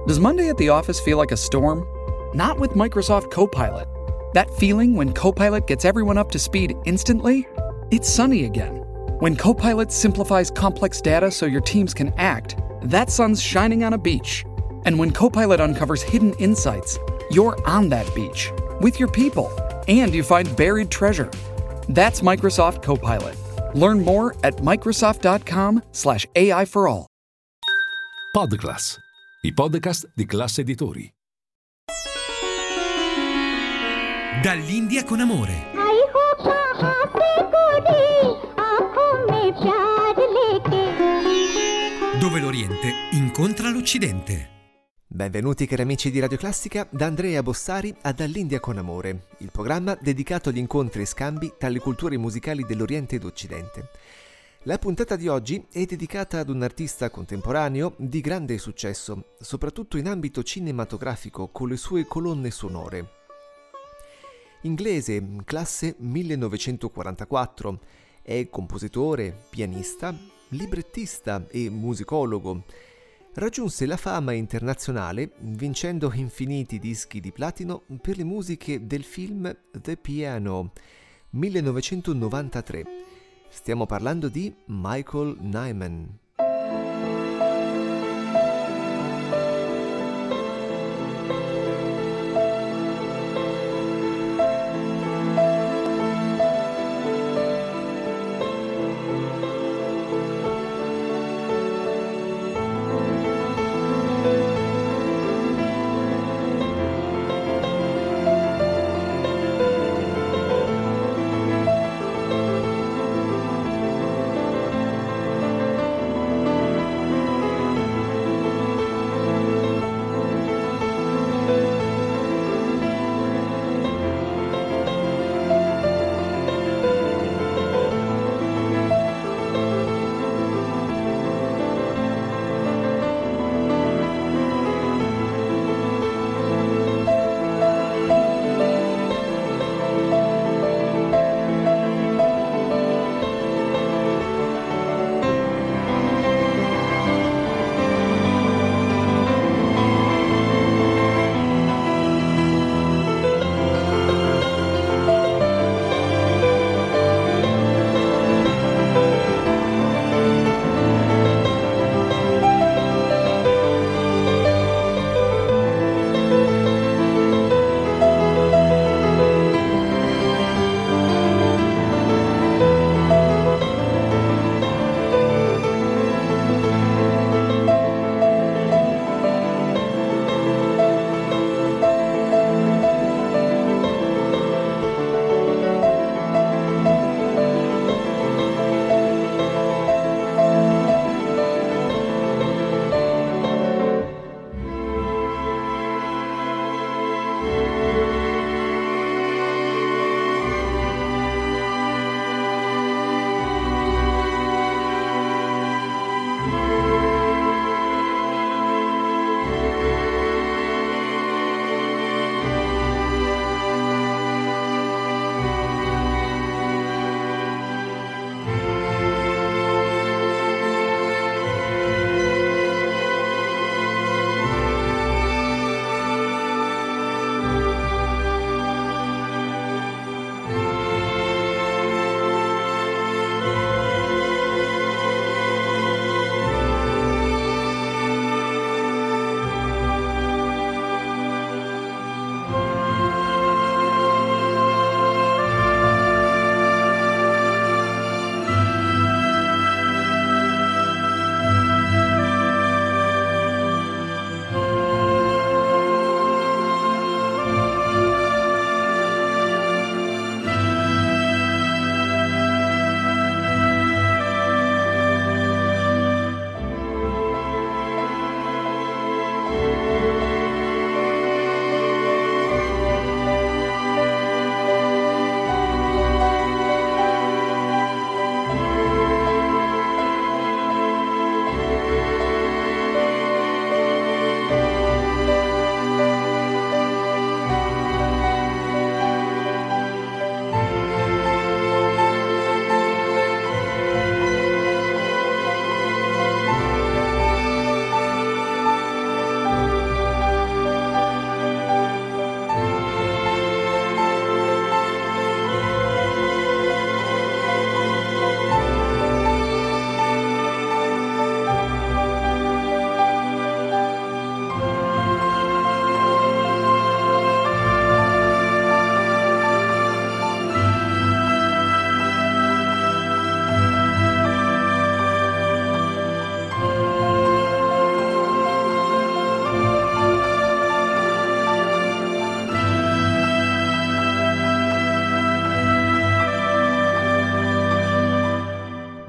Does Monday at the office feel like a storm? Not with Microsoft Copilot. That feeling when Copilot gets everyone up to speed instantly? It's sunny again. When Copilot simplifies complex data so your teams can act, that sun's shining on a beach. And when Copilot uncovers hidden insights, you're on that beach with your people, and you find buried treasure. That's Microsoft Copilot. Learn more at Microsoft.com/AI for all. Podclass, i podcast di Classe Editori. Dall'India con amore. Dove l'Oriente incontra l'Occidente. Benvenuti cari amici di Radio Classica da Andrea Bossari a Dall'India con amore, il programma dedicato agli incontri e scambi tra le culture musicali dell'Oriente ed Occidente. La puntata di oggi è dedicata ad un artista contemporaneo di grande successo, soprattutto in ambito cinematografico con le sue colonne sonore. Inglese, classe 1944, è compositore, pianista, librettista e musicologo. Raggiunse la fama internazionale vincendo infiniti dischi di platino per le musiche del film The Piano, 1993. Stiamo parlando di Michael Nyman.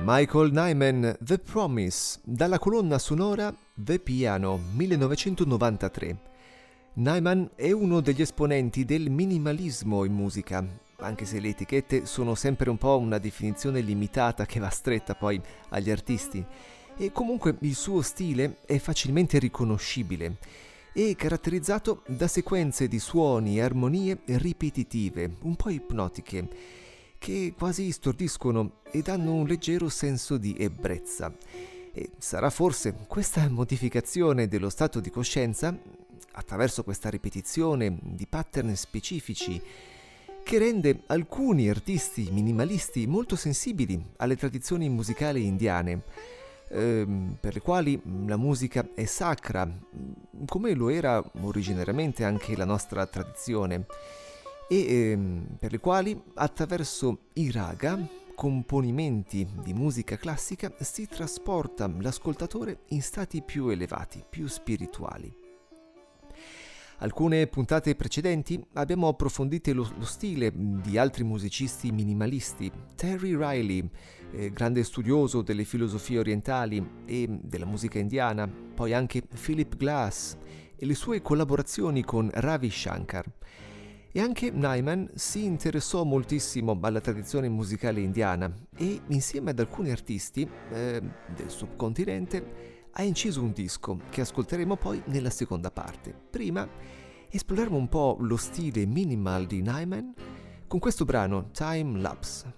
Michael Nyman, The Promise, dalla colonna sonora The Piano, 1993. Nyman è uno degli esponenti del minimalismo in musica, anche se le etichette sono sempre un po' una definizione limitata che va stretta poi agli artisti. E comunque il suo stile è facilmente riconoscibile e caratterizzato da sequenze di suoni e armonie ripetitive, un po' ipnotiche, che quasi stordiscono e danno un leggero senso di ebbrezza. E sarà forse questa modificazione dello stato di coscienza, attraverso questa ripetizione di pattern specifici, che rende alcuni artisti minimalisti molto sensibili alle tradizioni musicali indiane, per le quali la musica è sacra, come lo era originariamente anche la nostra tradizione, e per le quali attraverso i raga, componimenti di musica classica, si trasporta l'ascoltatore in stati più elevati, più spirituali. Alcune puntate precedenti abbiamo approfondito lo stile di altri musicisti minimalisti. Terry Riley, grande studioso delle filosofie orientali e della musica indiana, poi anche Philip Glass e le sue collaborazioni con Ravi Shankar. E anche Nyman si interessò moltissimo alla tradizione musicale indiana e, insieme ad alcuni artisti del subcontinente, ha inciso un disco che ascolteremo poi nella seconda parte. Prima esploriamo un po' lo stile minimal di Nyman con questo brano Time Lapse.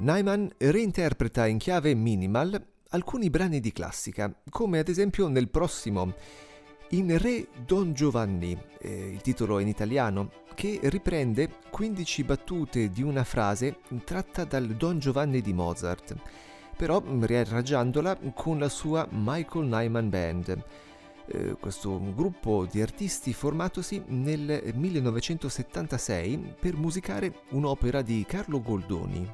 Nyman reinterpreta in chiave minimal alcuni brani di classica, come ad esempio nel prossimo In Re Don Giovanni, il titolo è in italiano, che riprende 15 battute di una frase tratta dal Don Giovanni di Mozart, però riarrangiandola con la sua Michael Nyman Band, questo gruppo di artisti formatosi nel 1976 per musicare un'opera di Carlo Goldoni.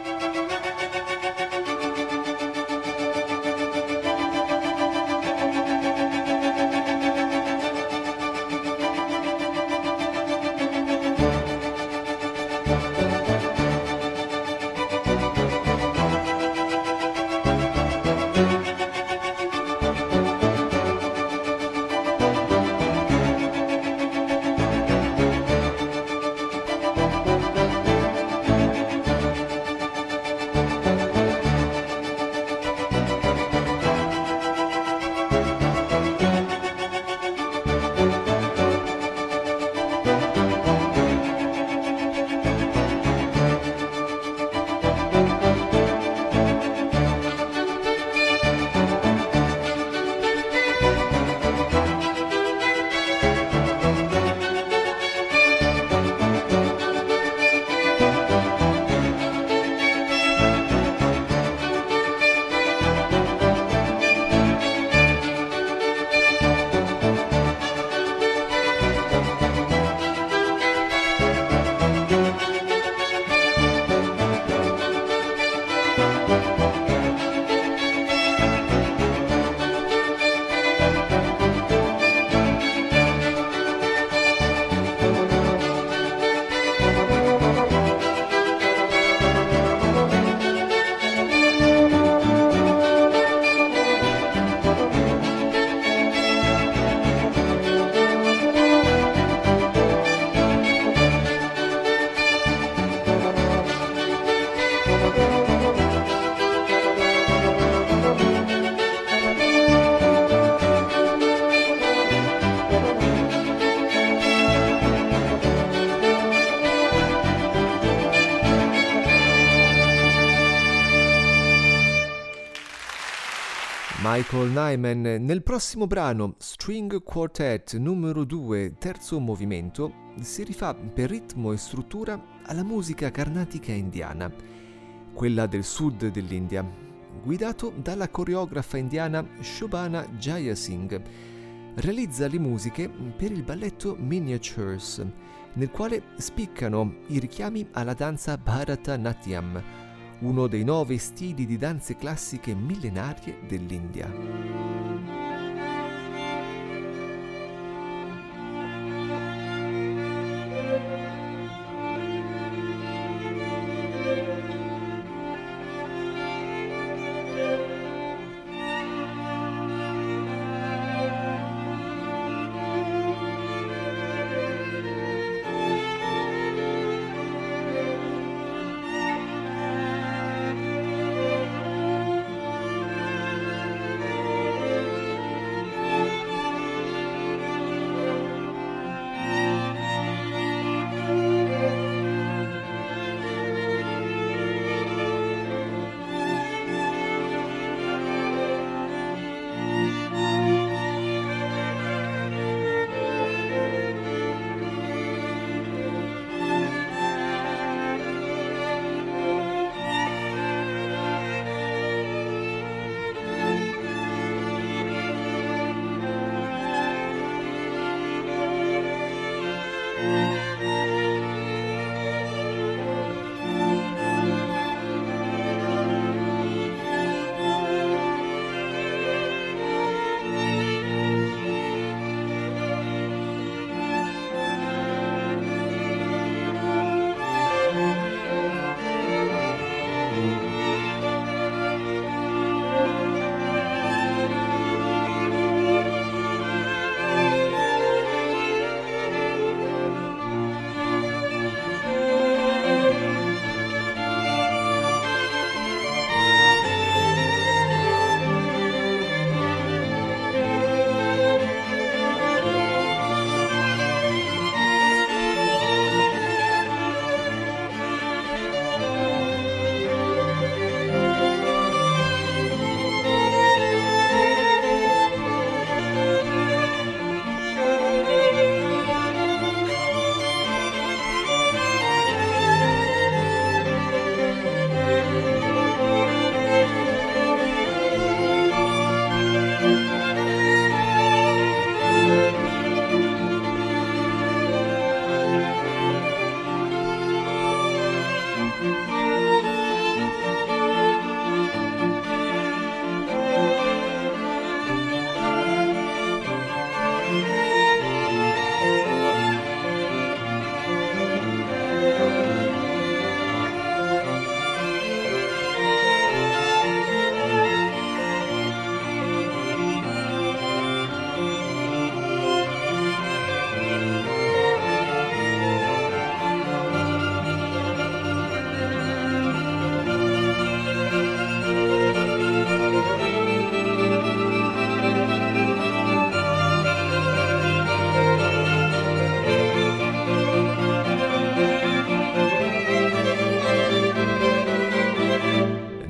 Michael Nyman. Nel prossimo brano, String Quartet numero 2, terzo movimento, si rifà per ritmo e struttura alla musica carnatica indiana, quella del sud dell'India, guidato dalla coreografa indiana Shobhana Jayasingh. Realizza le musiche per il balletto Miniatures, nel quale spiccano i richiami alla danza Bharatanatyam, uno dei 9 stili di danze classiche millenarie dell'India.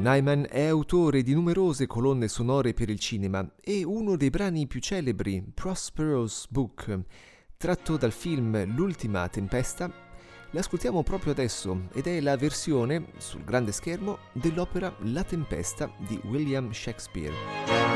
Nyman è autore di numerose colonne sonore per il cinema e uno dei brani più celebri, Prospero's Book, tratto dal film L'ultima tempesta, l'ascoltiamo proprio adesso ed è la versione, sul grande schermo, dell'opera La Tempesta di William Shakespeare.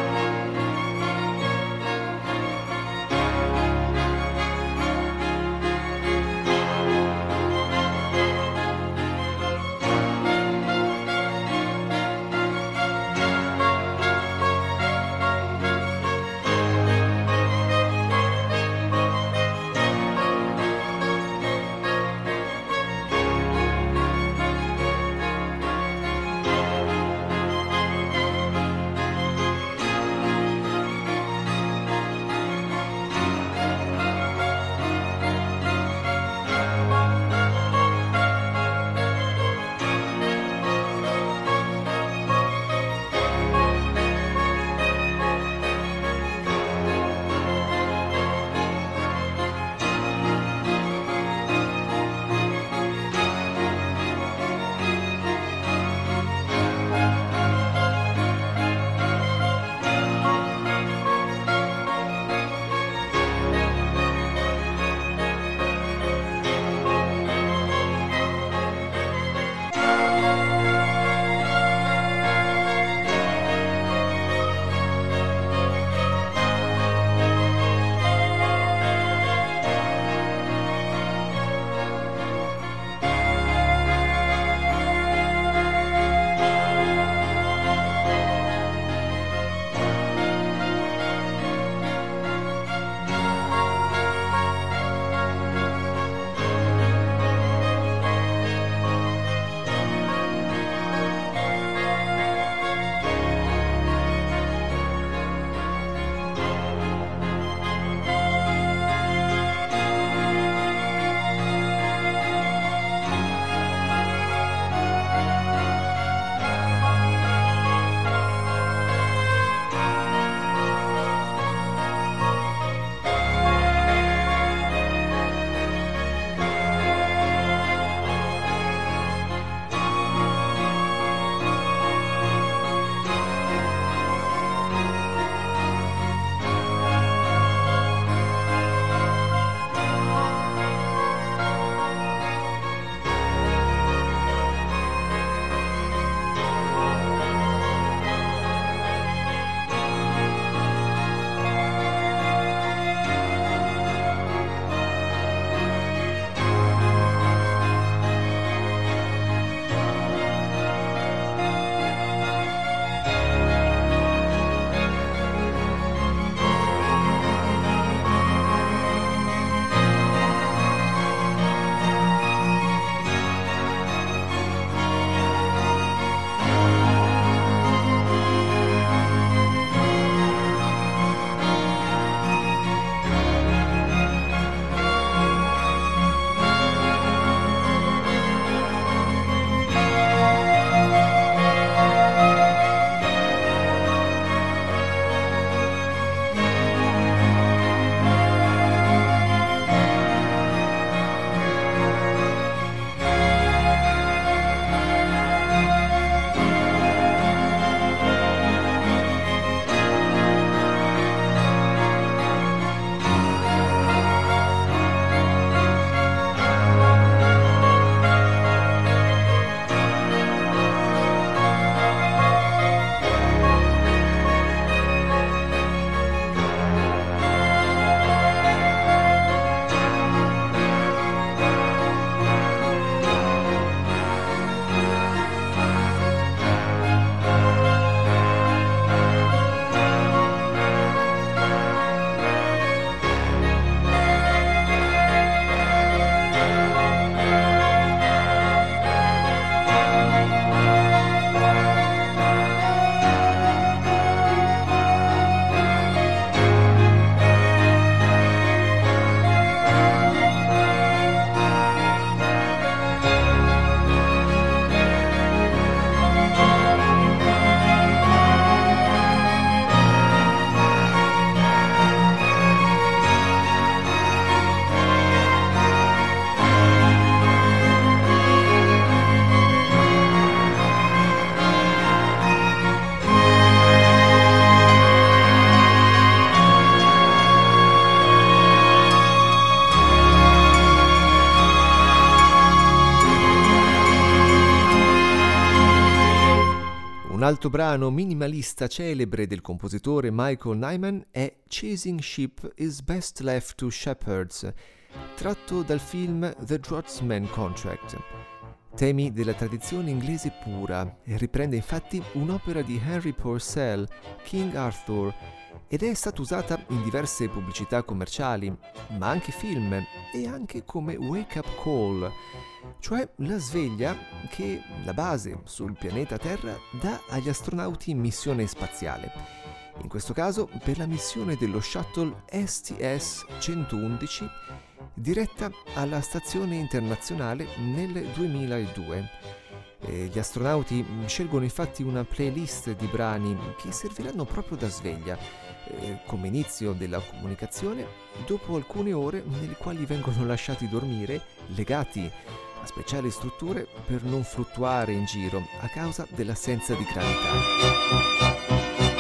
altro brano minimalista celebre del compositore Michael Nyman è Chasing Sheep is Best Left to Shepherds, tratto dal film The Draughtsman Contract. Temi della tradizione inglese pura, e riprende infatti un'opera di Henry Purcell, King Arthur, ed è stata usata in diverse pubblicità commerciali, ma anche film, e anche come wake-up call, cioè la sveglia che la base sul pianeta Terra dà agli astronauti in missione spaziale. In questo caso per la missione dello shuttle STS-111 diretta alla stazione internazionale nel 2002. Gli astronauti scelgono infatti una playlist di brani che serviranno proprio da sveglia, come inizio della comunicazione, dopo alcune ore nelle quali vengono lasciati dormire, legati a speciali strutture per non fluttuare in giro a causa dell'assenza di gravità.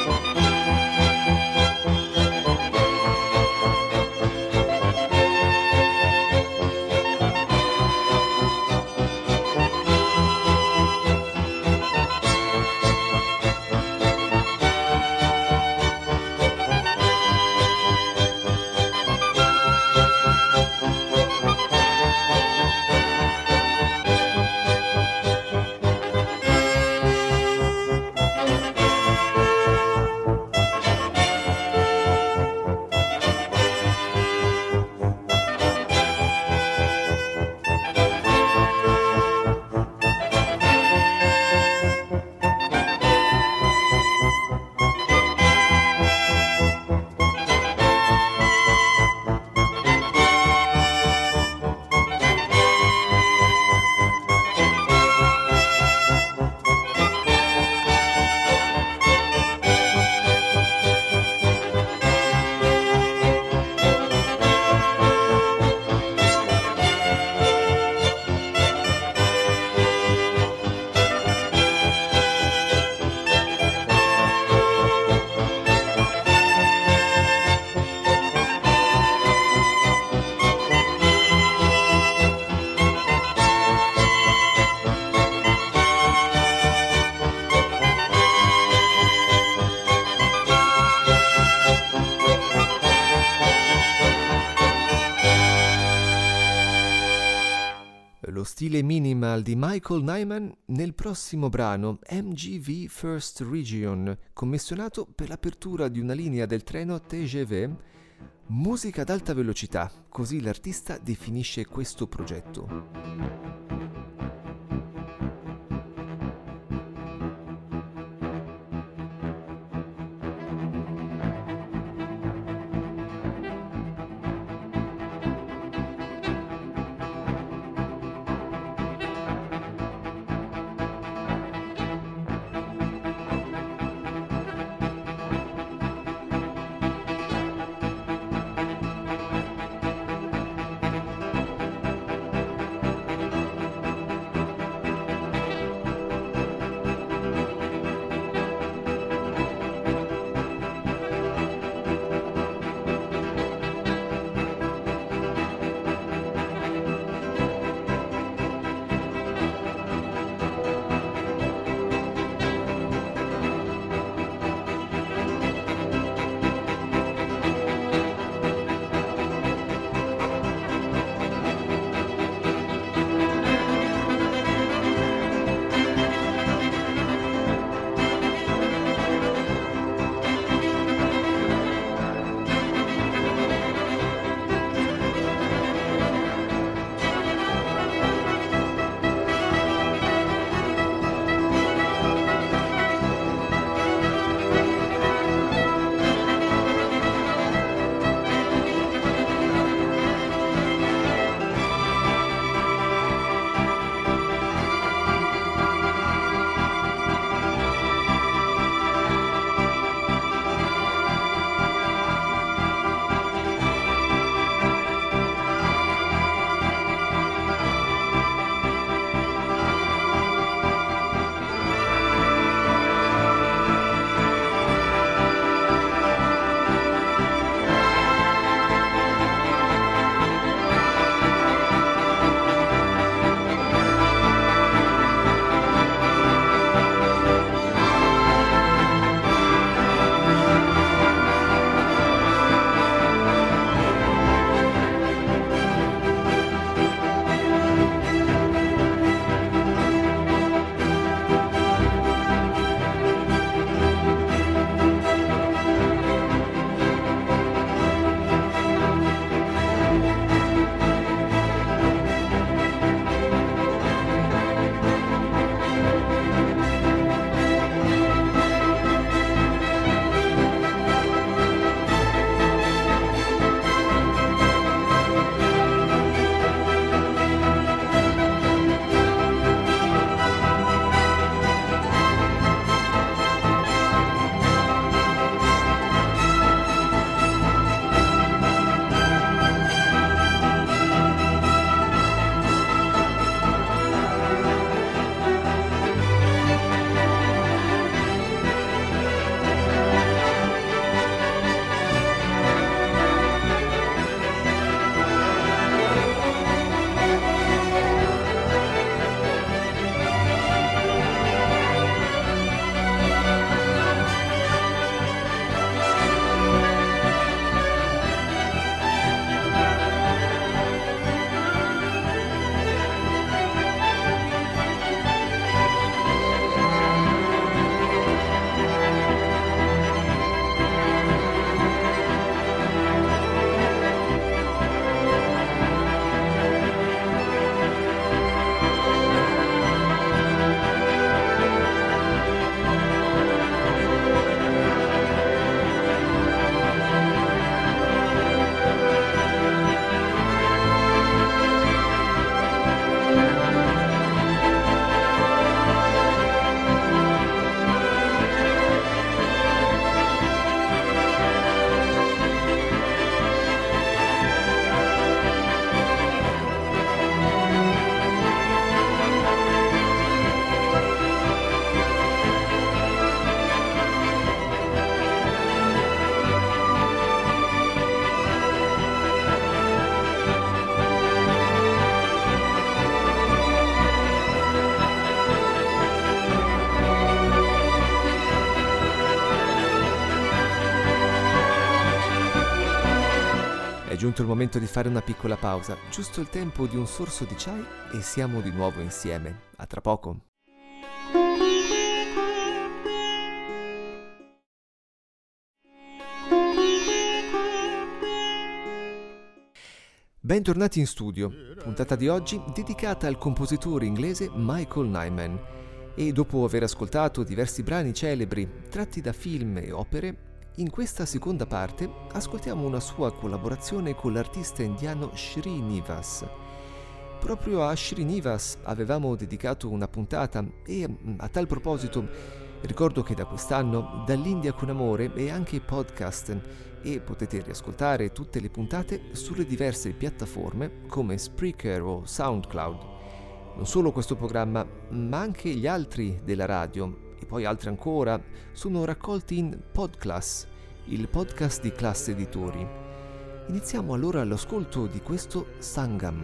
Lo stile minimal di Michael Nyman nel prossimo brano MGV First Region, commissionato per l'apertura di una linea del treno TGV, musica ad alta velocità, così l'artista definisce questo progetto. giunto il momento di fare una piccola pausa, giusto il tempo di un sorso di chai e siamo di nuovo insieme. A tra poco. Bentornati in studio, puntata di oggi dedicata al compositore inglese Michael Nyman. E dopo aver ascoltato diversi brani celebri tratti da film e opere, in questa seconda parte ascoltiamo una sua collaborazione con l'artista indiano Srinivas. Proprio a Srinivas avevamo dedicato una puntata e a tal proposito ricordo che da quest'anno Dall'India con Amore è anche podcast e potete riascoltare tutte le puntate sulle diverse piattaforme come Spreaker o SoundCloud. Non solo questo programma, ma anche gli altri della radio e poi altri ancora sono raccolti in Podclass, il podcast di Class Editori. Iniziamo allora l'ascolto di questo Sangam.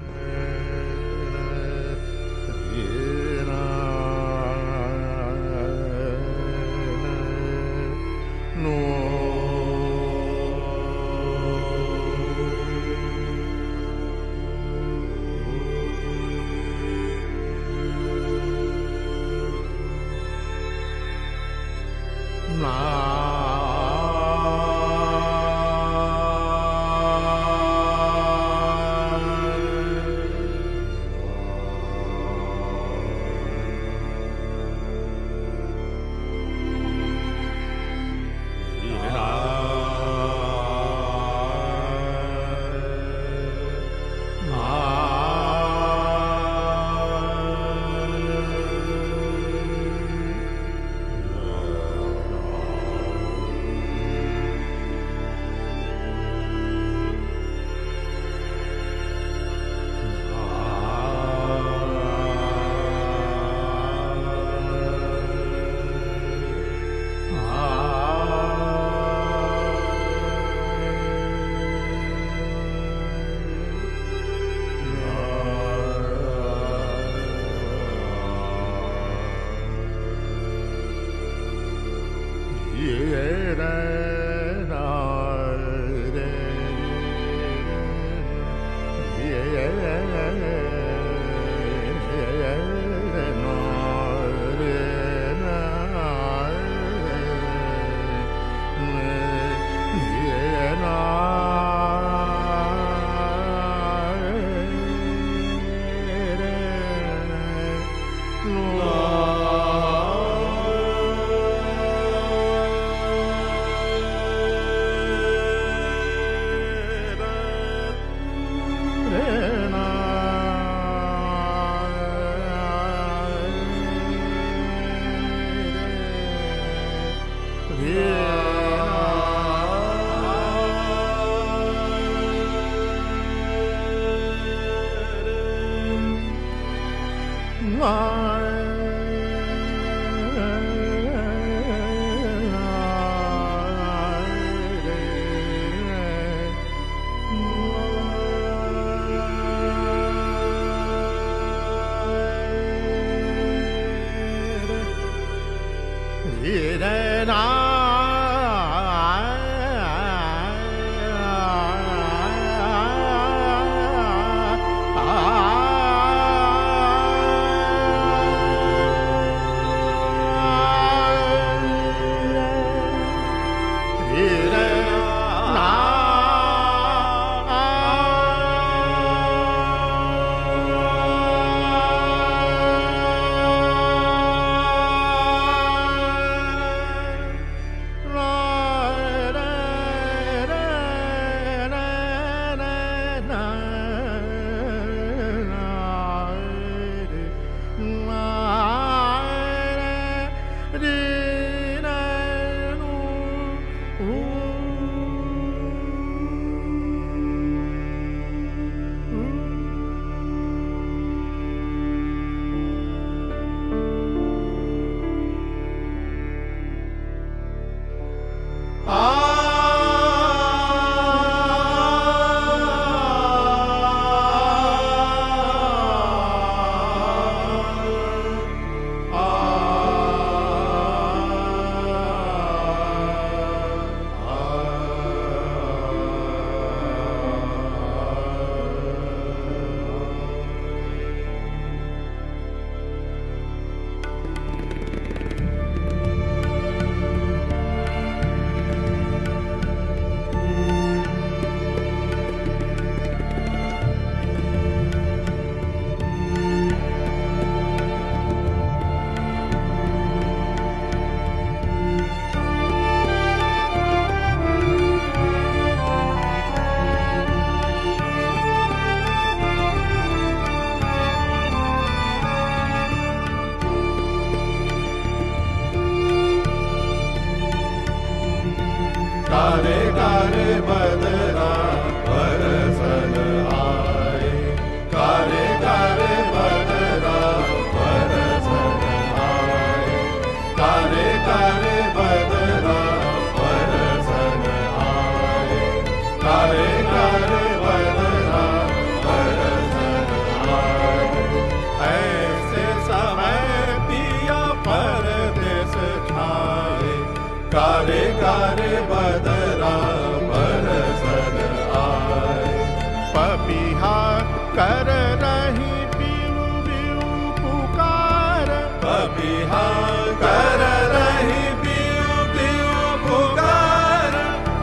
कारे कारे बदरा बरसन आए, कारे कारे बदरा बरसन आए, कारे कारे बदरा बरसन आए, कारे कारे बदरा बरसन आए। ऐसे समय पिया परदेस छाए, कारे कारे बदरा बरसन आए। पपीहा कर रही पीऊ पीऊ पुकार, पपीहा कर रही पीऊ पीऊ पुकार,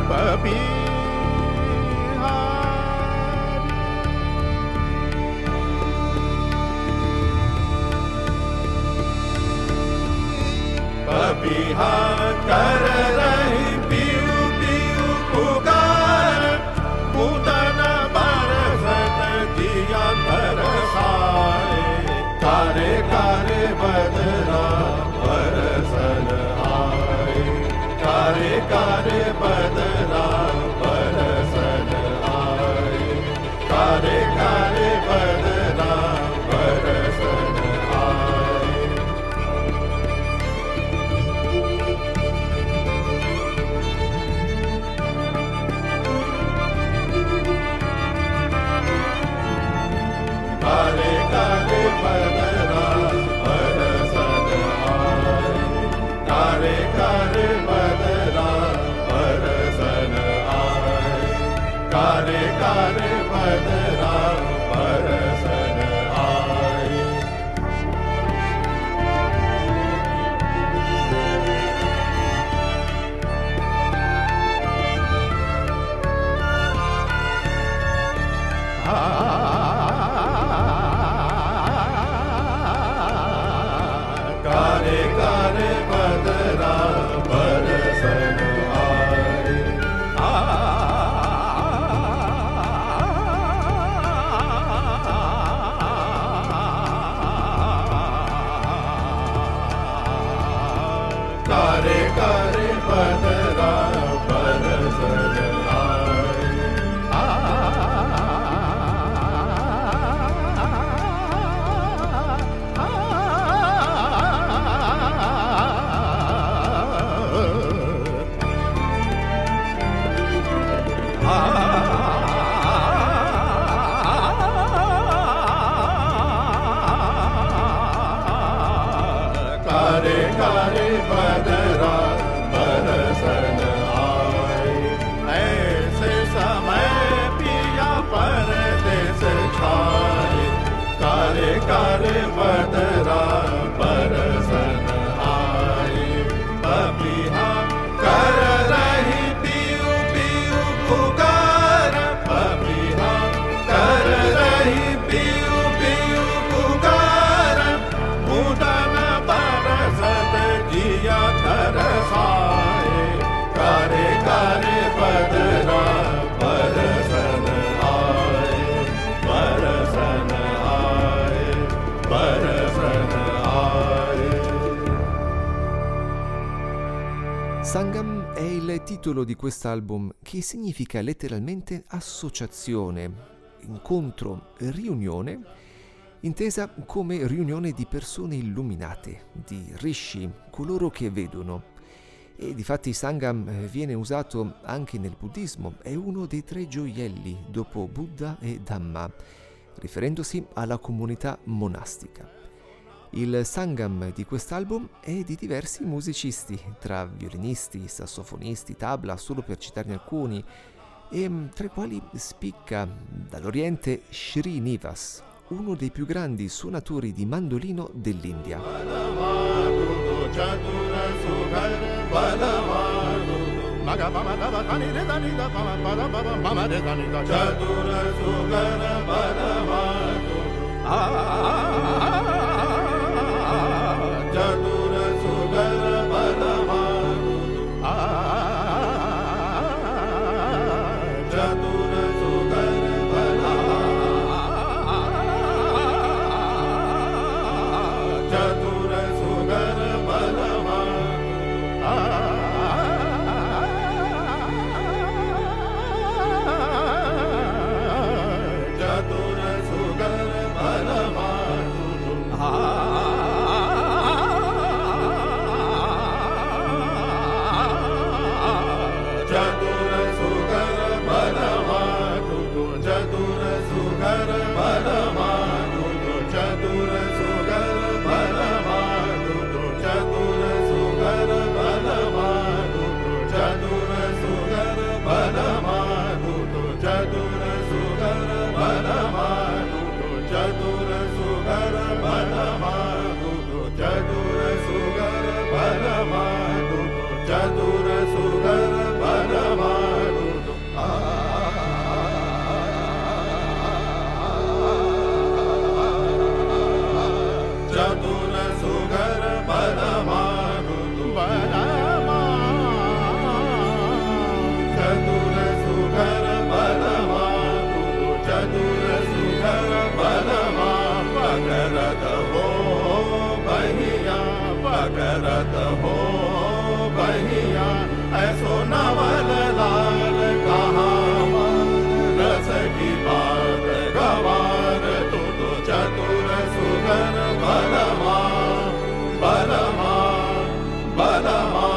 पपीहा पपीहा कर रही पीऊ पीऊ पुकार, पूतन बरसत जिया तरसाए, कारे कारे बदरा बरसन आए, कारे कारे बदरा बरसन आए, कारे कारे बदरा बरसन आए। कारे कारे बदरा बरसन आए, कारे कारे बदरा बरसन आए, कारे कारे बदरा बरसन आए। कारे कारे बदरा बरसन आए, कारे कारे बदरा बरसन आए। कारे कारे बदरा बरसन आए, ऐसे समय पिया परदेस छाए, कारे कारे बदरा बरसन आए। पपीहा कर रही पीऊ पीऊ पुकार, पपीहा कर रही पीऊ पीऊ पुकार, पूतन बरसत जिया तरसाए, कारे कारे बदरा बरसन आए, बरसन आए, बरसन आए। Sangam è il titolo di quest'album, che significa letteralmente associazione, incontro, riunione, intesa come riunione di persone illuminate, di rishi, coloro che vedono. E difatti Sangam viene usato anche nel buddismo, è uno dei 3 gioielli dopo Buddha e Dhamma, riferendosi alla comunità monastica. Il Sangam di quest'album è di diversi musicisti, tra violinisti, sassofonisti, tabla, solo per citarne alcuni, e tra i quali spicca dall'Oriente Srinivas, uno dei più grandi suonatori di mandolino dell'India. करत हो बहिया ऐसो नवल लाल कहाँ रस की बात गवार तू तो चतुर सुगन बलवान बलवान बलवान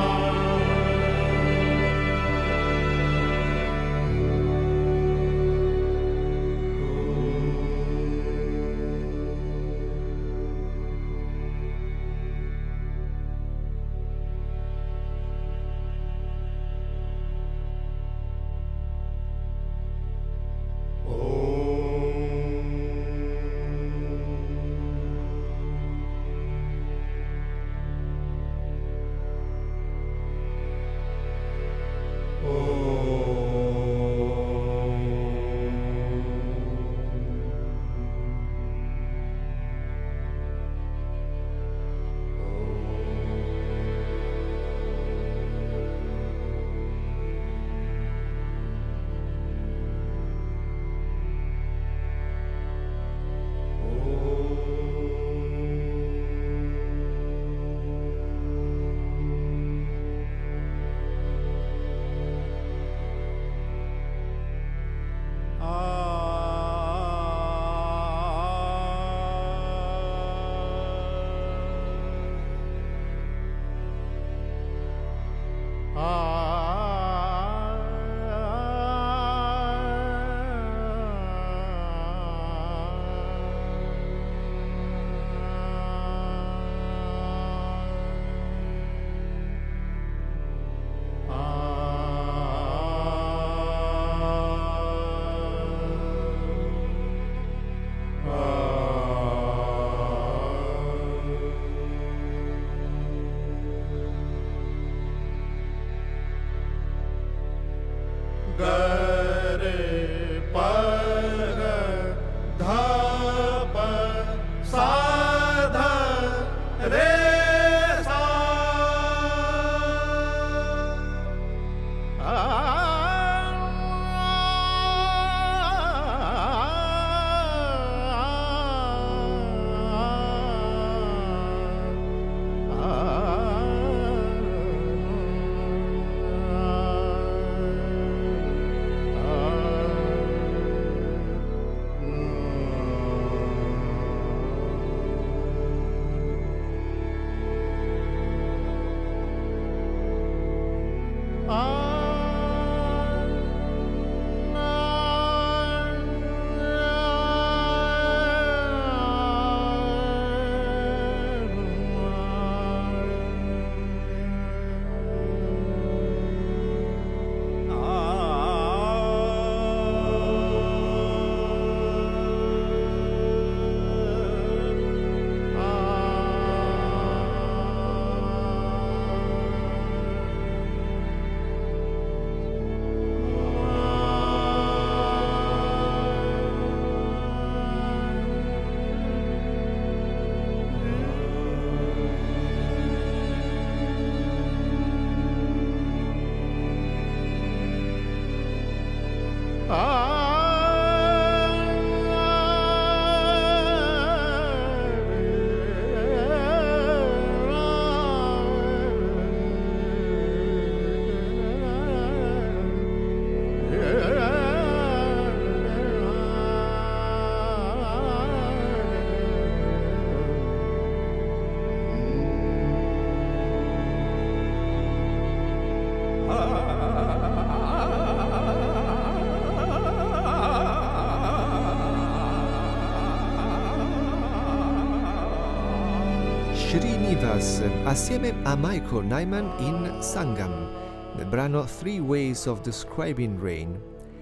Srinivas assieme a Michael Nyman in Sangam, nel brano Three Ways of Describing Rain.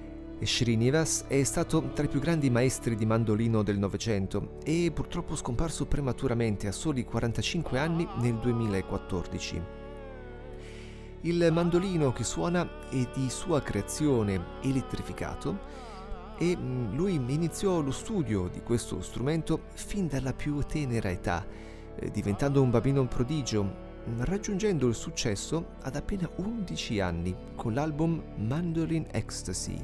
Srinivas è stato tra i più grandi maestri di mandolino del Novecento e purtroppo scomparso prematuramente a soli 45 anni nel 2014. Il mandolino che suona è di sua creazione elettrificato e lui iniziò lo studio di questo strumento fin dalla più tenera età, diventando un bambino prodigio, raggiungendo il successo ad appena 11 anni con l'album Mandolin Ecstasy.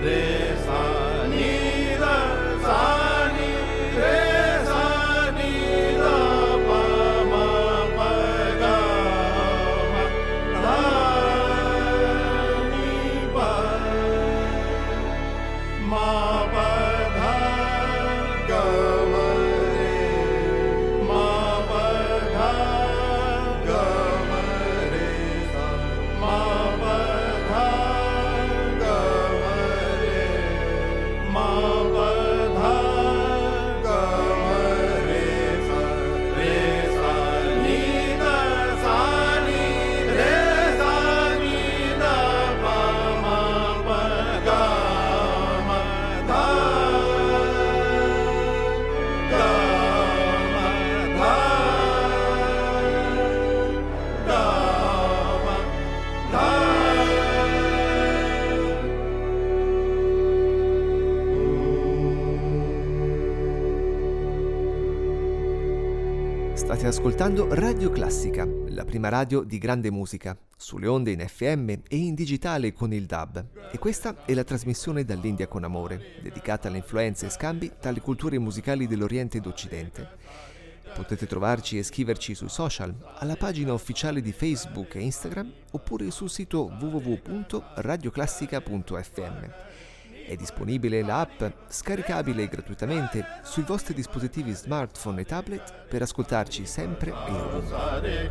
State ascoltando Radio Classica, la prima radio di grande musica, sulle onde in FM e in digitale con il DAB. E questa è la trasmissione Dall'India con amore, dedicata alle influenze e scambi tra le culture musicali dell'Oriente ed Occidente. Potete trovarci e scriverci sui social, alla pagina ufficiale di Facebook e Instagram, oppure sul sito www.radioclassica.fm. È disponibile l'app, scaricabile gratuitamente sui vostri dispositivi smartphone e tablet per ascoltarci sempre e ovunque.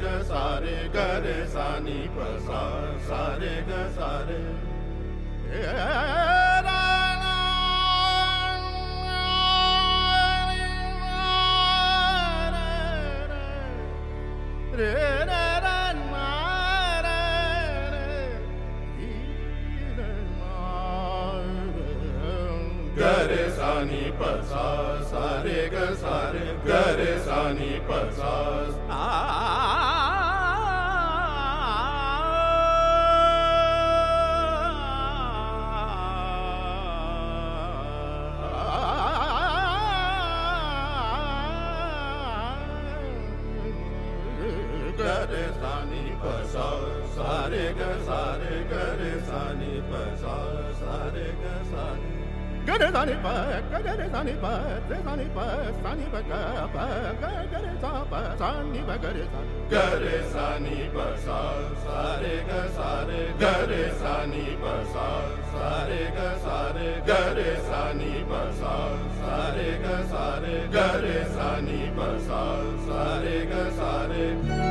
Gare sa ni pa sa sa re ga sa re gare sa ni pa sa gare sa ni pa sa re ga sa re gare sa ni pa sa re ga sa re gare sa ni pa re sa ni pa sa ni pa ga pa gare sa pa sa ni pa gare sa ni pa sa re ga sa re gare sa ni pa sa re ga sa re gare sa ni pa sa re ga sa re gare sa ni pa sa re ga sa re.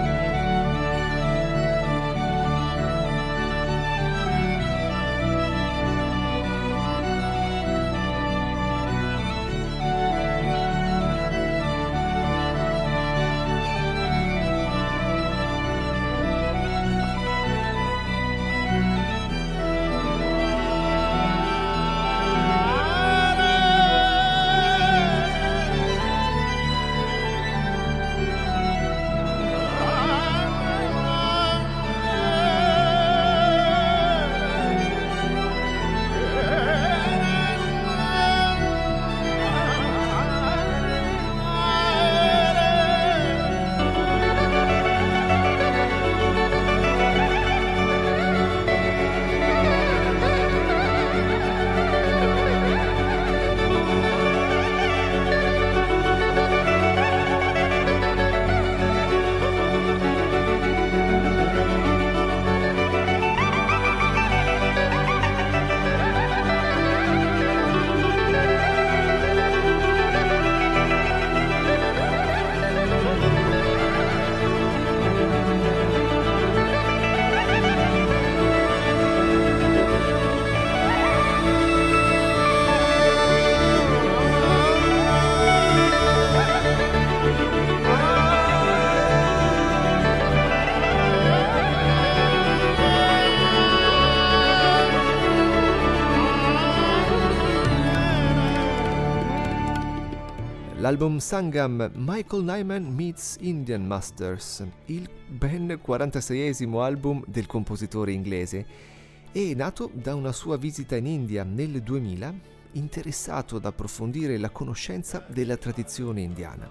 L'album Sangam Michael Nyman Meets Indian Masters, il ben 46esimo album del compositore inglese, è nato da una sua visita in India nel 2000, interessato ad approfondire la conoscenza della tradizione indiana,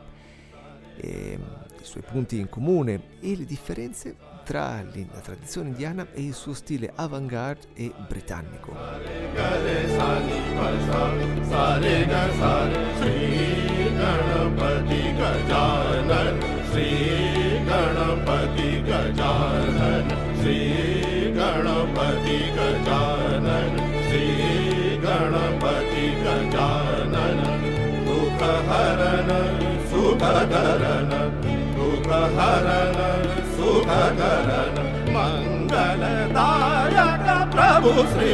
e i suoi punti in comune e le differenze tra la tradizione indiana e il suo stile avant-garde e britannico. सुखकरण दुःखहरण सुखकरण मंगलदायक प्रभु श्री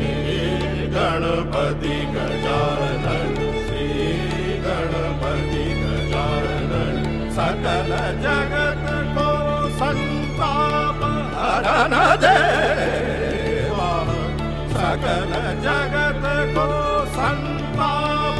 गणपति गजानन श्री गणपति गजानन सकल जगत को संताप हरण देवा सकल जगत को संताप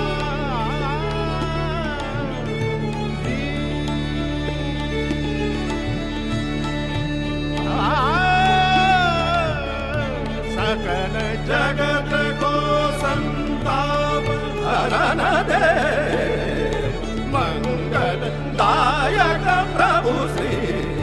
सकल जगत को संताप हरण दे मंगल दायक प्रभु श्री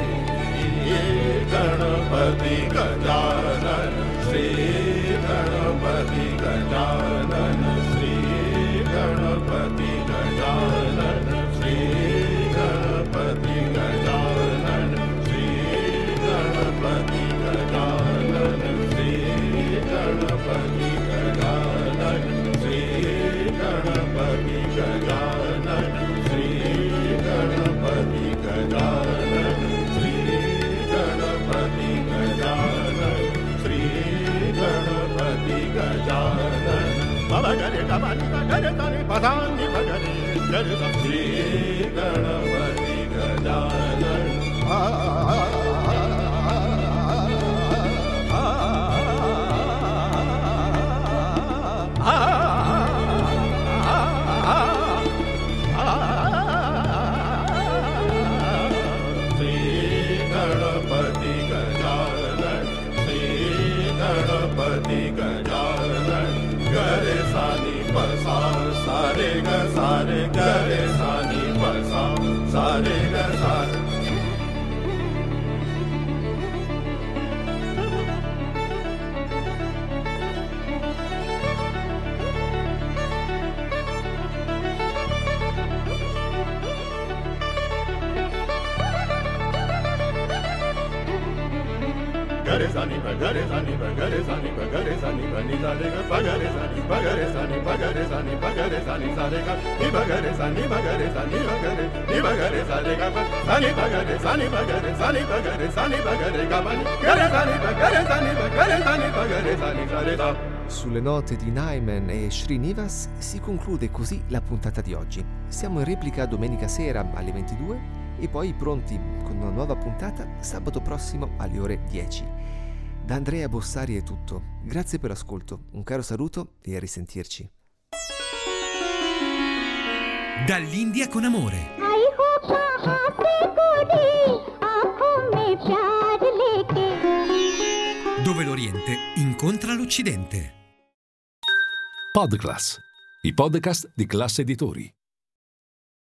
गणपति गजानन श्री गणपति गजानन श्री गणपति गजानन श्री गणपति गजानन श्री गणपति गजानन श्री गणपति गजानन श्री गणपति गजानन श्री गणपति गजानन श्री गणपति गजानन श्री गणपति गजानन बाबा गरे गबानी गरे तारे पदानी भगरे गरे श्री गणपति गजानन सारे ग सारे गरे सानी पसा सारे ग सारे गरे सानी बगरे सानी बगरे सानी बगरे सानी बनी सारे ग बगरे सानी बगरे सानी बगरे सानी बगरे सानी सारे ग नि बगरे सानी बगरे सानी बगरे नि बगरे सारे ग सानी बगरे सानी बगरे सानी बगरे सानी बगरे ग बनी गरे सानी बगरे सानी बगरे सानी बगरे सानी सारे ग. Sulle note di Nyman e Srinivas si conclude così la puntata di oggi. Siamo in replica domenica sera alle 22 e poi pronti con una nuova puntata sabato prossimo alle ore 10. Da Andrea Bossari è tutto. Grazie per l'ascolto, un caro saluto e a risentirci. Dall'India con amore. Dove l'Oriente incontra l'Occidente. Podclass, i podcast di Classe Editori.